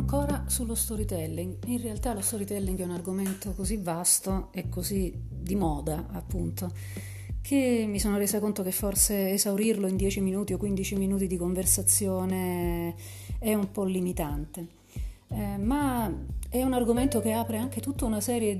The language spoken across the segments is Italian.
Ancora sullo storytelling. In realtà lo storytelling è un argomento così vasto e così di moda, appunto, che mi sono resa conto che forse esaurirlo in 10 minuti o 15 minuti di conversazione è un po' limitante. Ma è un argomento che apre anche tutta una serie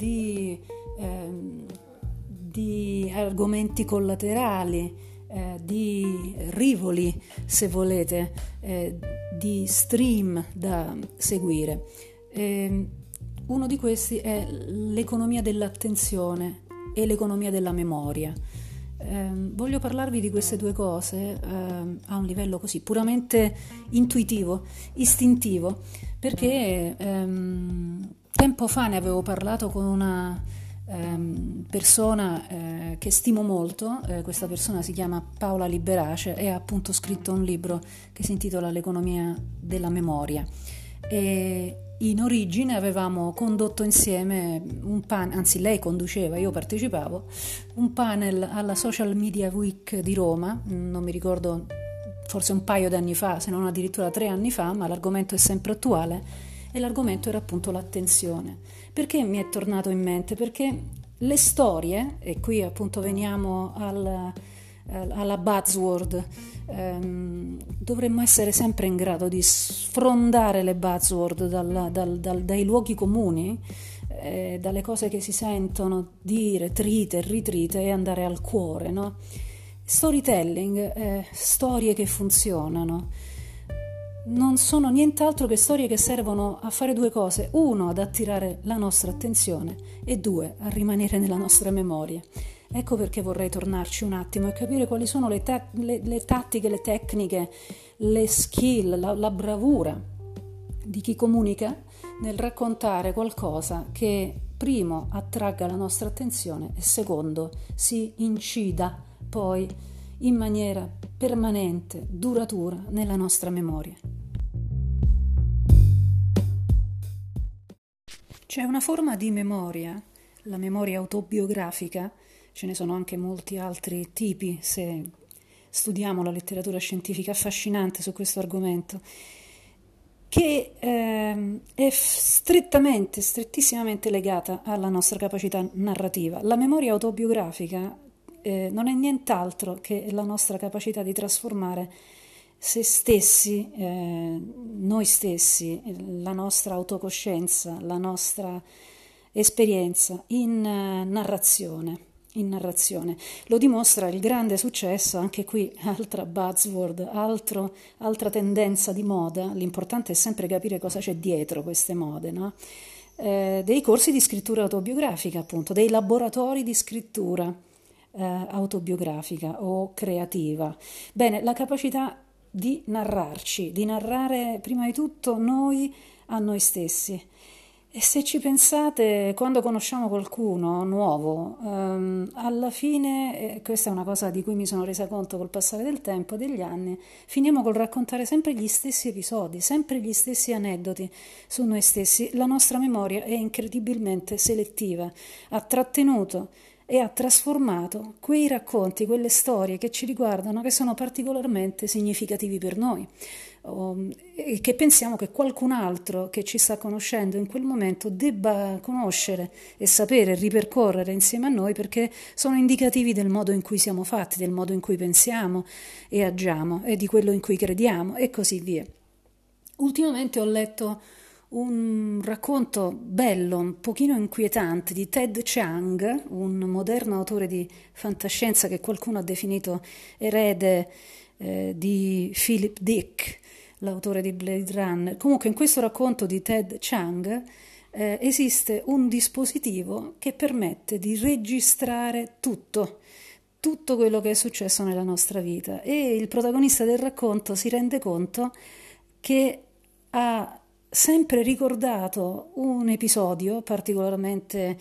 di argomenti collaterali, di rivoli, se volete, di stream da seguire. Uno di questi è l'economia dell'attenzione e l'economia della memoria. Voglio parlarvi di queste due cose a un livello così puramente intuitivo, istintivo, perché tempo fa ne avevo parlato con una persona che stimo molto. Questa persona si chiama Paola Liberace e ha appunto scritto un libro che si intitola L'economia della memoria. E in origine avevamo condotto insieme un panel, anzi lei conduceva, io partecipavo, un panel alla Social Media Week di Roma, non mi ricordo, forse un paio d'anni fa, se non addirittura 3 anni fa, ma l'argomento è sempre attuale e l'argomento era appunto l'attenzione. Perché mi è tornato in mente? Perché le storie, e qui appunto veniamo alla buzzword, dovremmo essere sempre in grado di sfrondare le buzzword dai luoghi comuni, dalle cose che si sentono dire trite e ritrite e andare al cuore, no? Storytelling, storie che funzionano, non sono nient'altro che storie che servono a fare due cose: uno, ad attirare la nostra attenzione, e due, a rimanere nella nostra memoria. Ecco perché vorrei tornarci un attimo e capire quali sono le tattiche, le tecniche, le skill, la bravura di chi comunica nel raccontare qualcosa che, primo, attragga la nostra attenzione e secondo, si incida poi in maniera permanente, duratura nella nostra memoria. C'è una forma di memoria, la memoria autobiografica, ce ne sono anche molti altri tipi se studiamo la letteratura scientifica affascinante su questo argomento, che è strettissimamente legata alla nostra capacità narrativa. La memoria autobiografica non è nient'altro che la nostra capacità di trasformare se stessi, noi stessi, la nostra autocoscienza, la nostra esperienza in narrazione. Lo dimostra il grande successo, anche qui altra buzzword, altra tendenza di moda. L'importante è sempre capire cosa c'è dietro queste mode, no? Dei corsi di scrittura autobiografica, appunto, dei laboratori di scrittura autobiografica o creativa. Bene, la capacità di narrarci, di narrare prima di tutto noi a noi stessi. E se ci pensate, quando conosciamo qualcuno nuovo, alla fine, questa è una cosa di cui mi sono resa conto col passare del tempo, degli anni, finiamo col raccontare sempre gli stessi episodi, sempre gli stessi aneddoti su noi stessi. La nostra memoria è incredibilmente selettiva, ha trattenuto e ha trasformato quei racconti, quelle storie che ci riguardano, che sono particolarmente significativi per noi, e che pensiamo che qualcun altro che ci sta conoscendo in quel momento debba conoscere e sapere ripercorrere insieme a noi, perché sono indicativi del modo in cui siamo fatti, del modo in cui pensiamo e agiamo e di quello in cui crediamo e così via. Ultimamente ho letto un racconto bello, un pochino inquietante, di Ted Chiang, un moderno autore di fantascienza che qualcuno ha definito erede di Philip Dick, l'autore di Blade Runner. Comunque in questo racconto di Ted Chiang esiste un dispositivo che permette di registrare tutto quello che è successo nella nostra vita, e il protagonista del racconto si rende conto che ha sempre ricordato un episodio particolarmente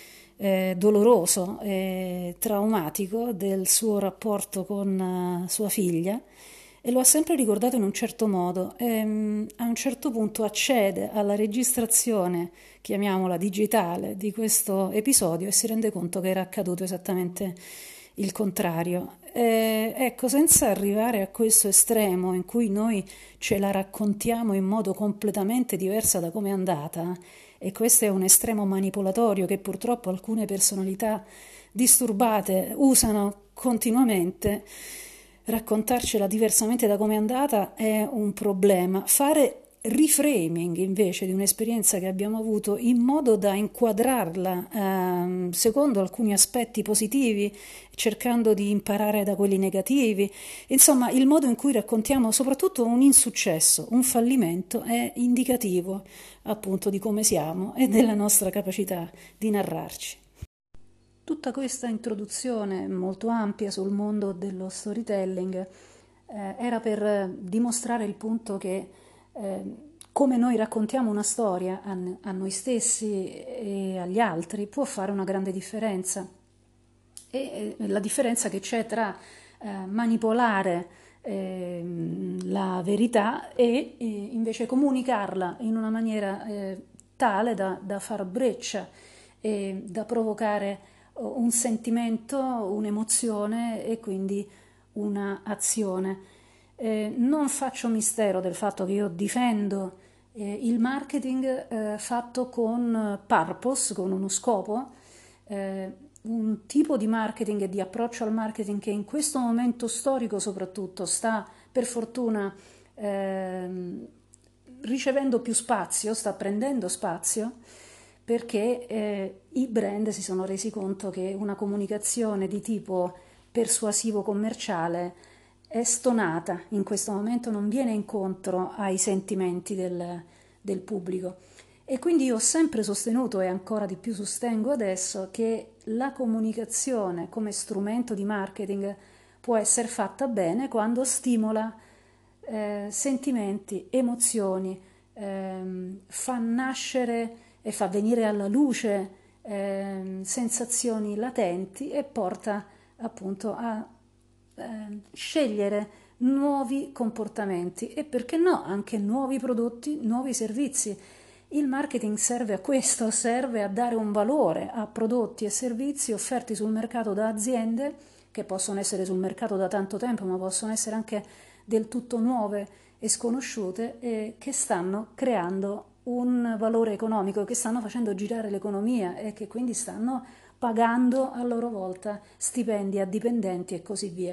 doloroso e traumatico del suo rapporto con sua figlia, e lo ha sempre ricordato in un certo modo. A un certo punto accede alla registrazione, chiamiamola digitale, di questo episodio e si rende conto che era accaduto esattamente il contrario. ecco, senza arrivare a questo estremo in cui noi ce la raccontiamo in modo completamente diverso da come è andata, e questo è un estremo manipolatorio che purtroppo alcune personalità disturbate usano continuamente, raccontarcela diversamente da come è andata è un problema. Fare reframing invece di un'esperienza che abbiamo avuto in modo da inquadrarla secondo alcuni aspetti positivi, cercando di imparare da quelli negativi. Insomma, il modo in cui raccontiamo soprattutto un insuccesso, un fallimento, è indicativo appunto di come siamo e della nostra capacità di narrarci. Tutta questa introduzione molto ampia sul mondo dello storytelling era per dimostrare il punto che come noi raccontiamo una storia a noi stessi e agli altri può fare una grande differenza. E la differenza che c'è tra manipolare la verità e invece comunicarla in una maniera tale da far breccia e da provocare un sentimento, un'emozione e quindi una azione. Non faccio mistero del fatto che io difendo il marketing fatto con purpose, con uno scopo, un tipo di marketing e di approccio al marketing che in questo momento storico soprattutto sta per fortuna ricevendo più spazio, sta prendendo spazio perché i brand si sono resi conto che una comunicazione di tipo persuasivo commerciale è stonata in questo momento, non viene incontro ai sentimenti del pubblico. E quindi io ho sempre sostenuto e ancora di più sostengo adesso che la comunicazione come strumento di marketing può essere fatta bene quando stimola sentimenti, emozioni, fa nascere e fa venire alla luce sensazioni latenti e porta appunto a scegliere nuovi comportamenti e perché no anche nuovi prodotti, nuovi servizi. Il marketing serve a questo, serve a dare un valore a prodotti e servizi offerti sul mercato da aziende che possono essere sul mercato da tanto tempo, ma possono essere anche del tutto nuove e sconosciute e che stanno creando un valore economico, che stanno facendo girare l'economia e che quindi stanno pagando a loro volta stipendi a dipendenti e così via.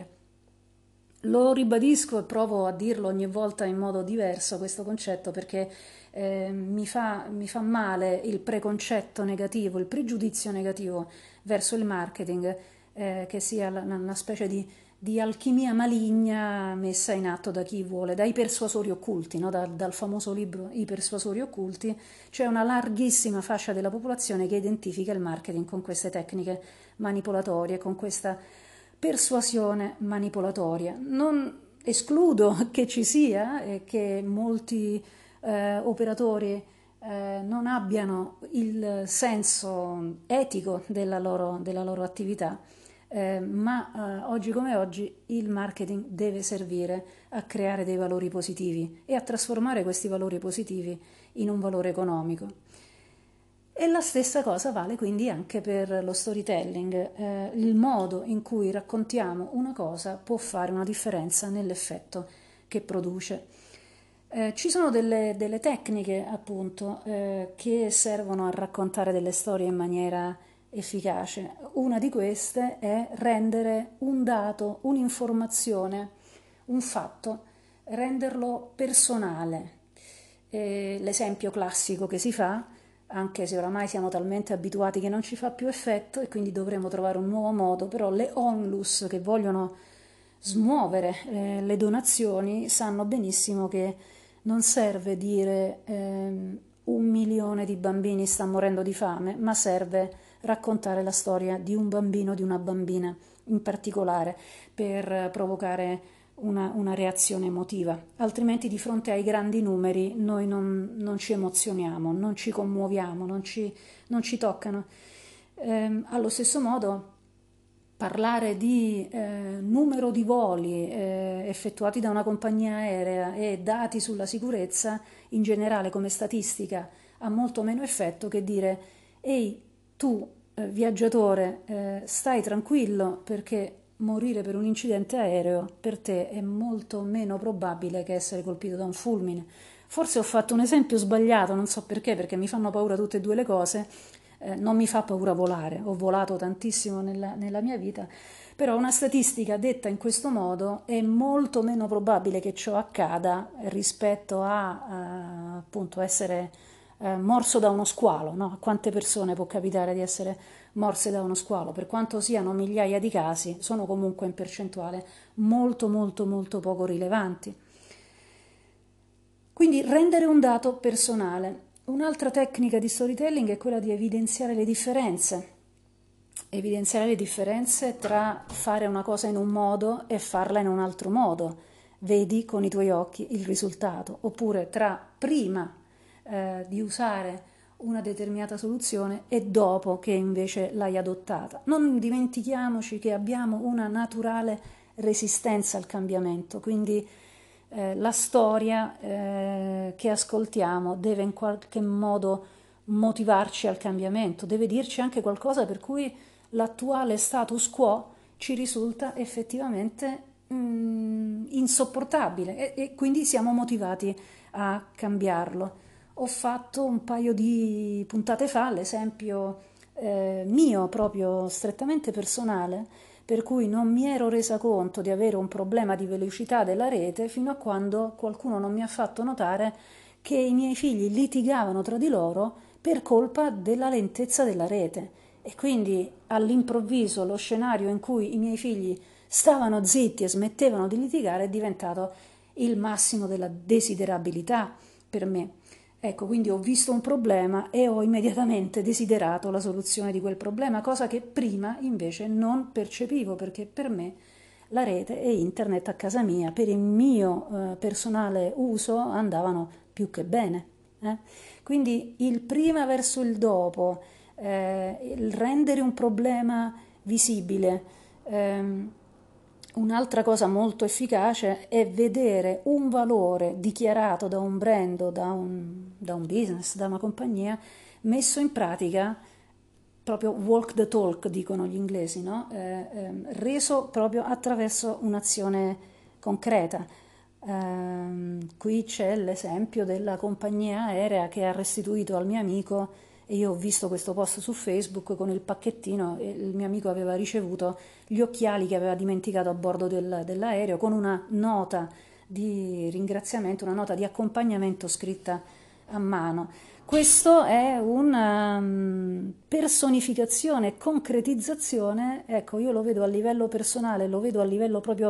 Lo ribadisco e provo a dirlo ogni volta in modo diverso questo concetto perché mi fa male il preconcetto negativo, il pregiudizio negativo verso il marketing, che sia una specie di alchimia maligna messa in atto da chi vuole, dai persuasori occulti, no? Dal famoso libro I persuasori occulti, c'è una larghissima fascia della popolazione che identifica il marketing con queste tecniche manipolatorie, con questa persuasione manipolatoria. Non escludo che ci sia e che molti operatori non abbiano il senso etico della loro attività, ma oggi come oggi il marketing deve servire a creare dei valori positivi e a trasformare questi valori positivi in un valore economico. E la stessa cosa vale quindi anche per lo storytelling. Il modo in cui raccontiamo una cosa può fare una differenza nell'effetto che produce. Ci sono delle tecniche, appunto, che servono a raccontare delle storie in maniera efficace. Una di queste è rendere un dato, un'informazione, un fatto, renderlo personale. L'esempio classico che si fa, anche se oramai siamo talmente abituati che non ci fa più effetto e quindi dovremo trovare un nuovo modo, però le onlus che vogliono smuovere le donazioni sanno benissimo che non serve dire 1 milione di bambini sta morendo di fame, ma serve raccontare la storia di un bambino, di una bambina in particolare, per provocare una reazione emotiva. Altrimenti di fronte ai grandi numeri noi non ci emozioniamo, non ci commuoviamo, non ci toccano. Allo stesso modo parlare di numero di voli effettuati da una compagnia aerea e dati sulla sicurezza in generale come statistica ha molto meno effetto che dire ehi tu viaggiatore stai tranquillo perché morire per un incidente aereo per te è molto meno probabile che essere colpito da un fulmine. Forse ho fatto un esempio sbagliato, non so perché mi fanno paura tutte e due le cose. Non mi fa paura volare, ho volato tantissimo nella mia vita, però una statistica detta in questo modo è molto meno probabile che ciò accada rispetto a appunto essere morso da uno squalo, no? A quante persone può capitare di essere morse da uno squalo? Per quanto siano migliaia di casi, sono comunque in percentuale molto molto molto poco rilevanti. Quindi rendere un dato personale. Un'altra tecnica di storytelling è quella di evidenziare le differenze tra fare una cosa in un modo e farla in un altro modo. Vedi con i tuoi occhi il risultato, oppure tra prima di usare una determinata soluzione e dopo che invece l'hai adottata. Non dimentichiamoci che abbiamo una naturale resistenza al cambiamento, quindi la storia che ascoltiamo deve in qualche modo motivarci al cambiamento, deve dirci anche qualcosa per cui l'attuale status quo ci risulta effettivamente insopportabile e quindi siamo motivati a cambiarlo. Ho fatto un paio di puntate fa l'esempio mio proprio strettamente personale, per cui non mi ero resa conto di avere un problema di velocità della rete fino a quando qualcuno non mi ha fatto notare che i miei figli litigavano tra di loro per colpa della lentezza della rete. E quindi all'improvviso lo scenario in cui i miei figli stavano zitti e smettevano di litigare è diventato il massimo della desiderabilità per me. Ecco, quindi ho visto un problema e ho immediatamente desiderato la soluzione di quel problema, cosa che prima invece non percepivo, perché per me la rete e internet a casa mia, per il mio personale uso, andavano più che bene. Quindi il prima verso il dopo, il rendere un problema visibile. Un'altra cosa molto efficace è vedere un valore dichiarato da un brand o da un business, da una compagnia, messo in pratica, proprio walk the talk, dicono gli inglesi, no? Reso proprio attraverso un'azione concreta. Qui c'è l'esempio della compagnia aerea che ha restituito al mio amico, e io ho visto questo post su Facebook con il pacchettino, e il mio amico aveva ricevuto gli occhiali che aveva dimenticato a bordo dell'aereo, con una nota di ringraziamento, una nota di accompagnamento scritta a mano. Questo è una personificazione, concretizzazione, ecco, io lo vedo a livello personale, lo vedo a livello proprio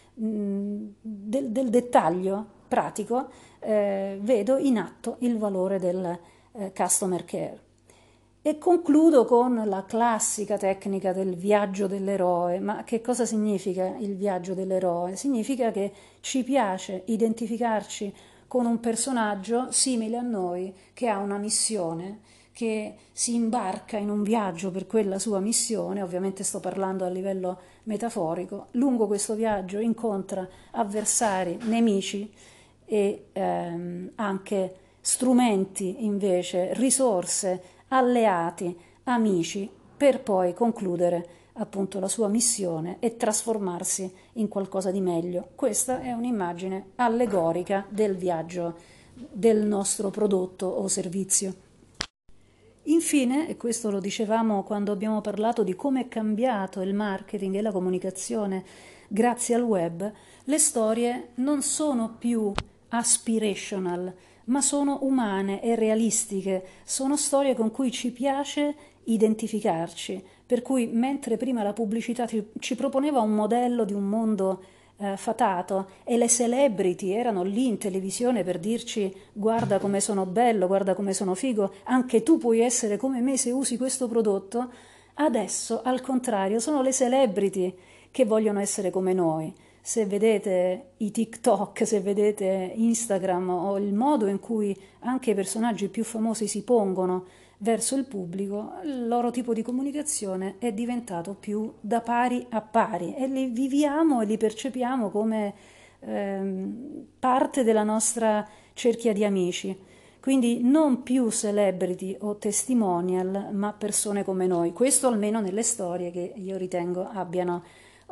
del dettaglio pratico, vedo in atto il valore del customer care. E concludo con la classica tecnica del viaggio dell'eroe. Ma che cosa significa il viaggio dell'eroe? Significa che ci piace identificarci con un personaggio simile a noi, che ha una missione, che si imbarca in un viaggio per quella sua missione, ovviamente sto parlando a livello metaforico. Lungo questo viaggio incontra avversari, nemici e anche strumenti invece, risorse, alleati, amici, per poi concludere appunto la sua missione e trasformarsi in qualcosa di meglio. Questa è un'immagine allegorica del viaggio del nostro prodotto o servizio. Infine, e questo lo dicevamo quando abbiamo parlato di come è cambiato il marketing e la comunicazione grazie al web, le storie non sono più aspirational, ma sono umane e realistiche, sono storie con cui ci piace identificarci, per cui mentre prima la pubblicità ci proponeva un modello di un mondo fatato e le celebrity erano lì in televisione per dirci guarda come sono bello, guarda come sono figo, anche tu puoi essere come me se usi questo prodotto, adesso al contrario sono le celebrity che vogliono essere come noi. Se vedete i TikTok, se vedete Instagram o il modo in cui anche i personaggi più famosi si pongono verso il pubblico, il loro tipo di comunicazione è diventato più da pari a pari e li viviamo e li percepiamo come parte della nostra cerchia di amici. Quindi non più celebrity o testimonial, ma persone come noi. Questo almeno nelle storie che io ritengo abbiano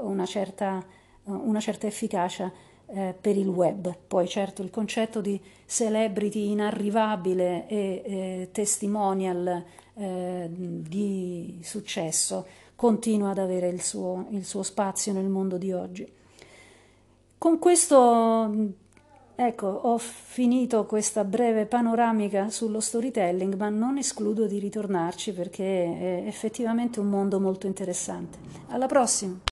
una certa efficacia per il web. Poi certo il concetto di celebrity inarrivabile e testimonial di successo continua ad avere il suo spazio nel mondo di oggi. Con questo, ecco, ho finito questa breve panoramica sullo storytelling, ma non escludo di ritornarci perché è effettivamente un mondo molto interessante. Alla prossima!